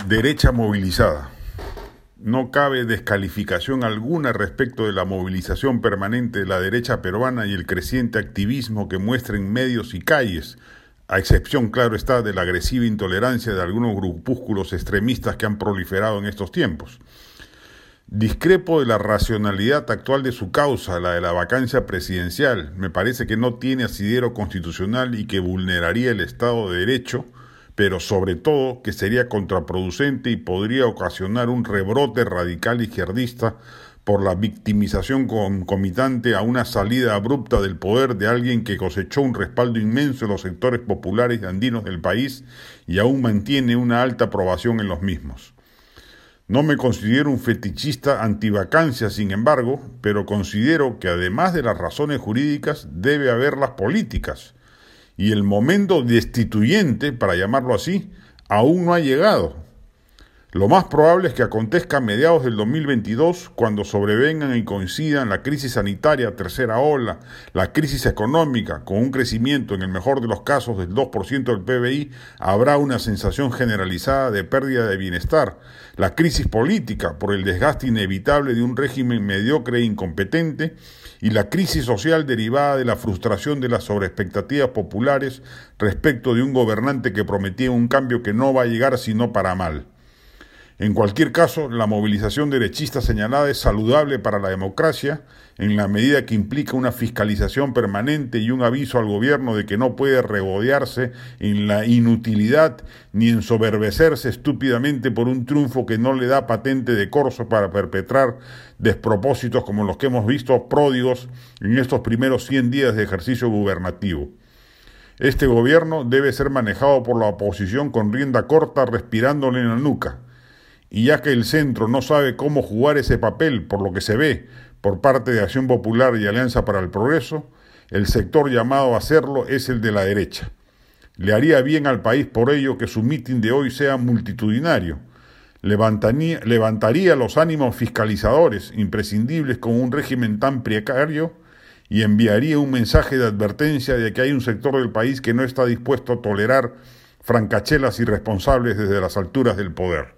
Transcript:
Derecha movilizada. No cabe descalificación alguna respecto de la movilización permanente de la derecha peruana y el creciente activismo que muestra en medios y calles, a excepción, claro está, de la agresiva intolerancia de algunos grupúsculos extremistas que han proliferado en estos tiempos. Discrepo de la racionalidad actual de su causa, la de la vacancia presidencial. Me parece que no tiene asidero constitucional y que vulneraría el Estado de Derecho, pero sobre todo que sería contraproducente y podría ocasionar un rebrote radical izquierdista por la victimización concomitante a una salida abrupta del poder de alguien que cosechó un respaldo inmenso en los sectores populares y andinos del país y aún mantiene una alta aprobación en los mismos. No me considero un fetichista antivacancia, sin embargo, pero considero que además de las razones jurídicas debe haber las políticas. Y el momento destituyente, para llamarlo así, aún no ha llegado. Lo más probable es que acontezca a mediados del 2022, cuando sobrevengan y coincidan la crisis sanitaria, tercera ola, la crisis económica, con un crecimiento en el mejor de los casos del 2% del PBI, habrá una sensación generalizada de pérdida de bienestar, la crisis política por el desgaste inevitable de un régimen mediocre e incompetente, y la crisis social derivada de la frustración de las sobreexpectativas populares respecto de un gobernante que prometía un cambio que no va a llegar sino para mal. En cualquier caso, la movilización derechista señalada es saludable para la democracia en la medida que implica una fiscalización permanente y un aviso al gobierno de que no puede regodearse en la inutilidad ni ensoberbecerse estúpidamente por un triunfo que no le da patente de corso para perpetrar despropósitos como los que hemos visto pródigos en estos primeros 100 días de ejercicio gubernativo. Este gobierno debe ser manejado por la oposición con rienda corta, respirándole en la nuca. Y ya que el centro no sabe cómo jugar ese papel, por lo que se ve, por parte de Acción Popular y Alianza para el Progreso, el sector llamado a hacerlo es el de la derecha. Le haría bien al país por ello que su mitin de hoy sea multitudinario. Levantaría los ánimos fiscalizadores, imprescindibles con un régimen tan precario, y enviaría un mensaje de advertencia de que hay un sector del país que no está dispuesto a tolerar francachelas irresponsables desde las alturas del poder.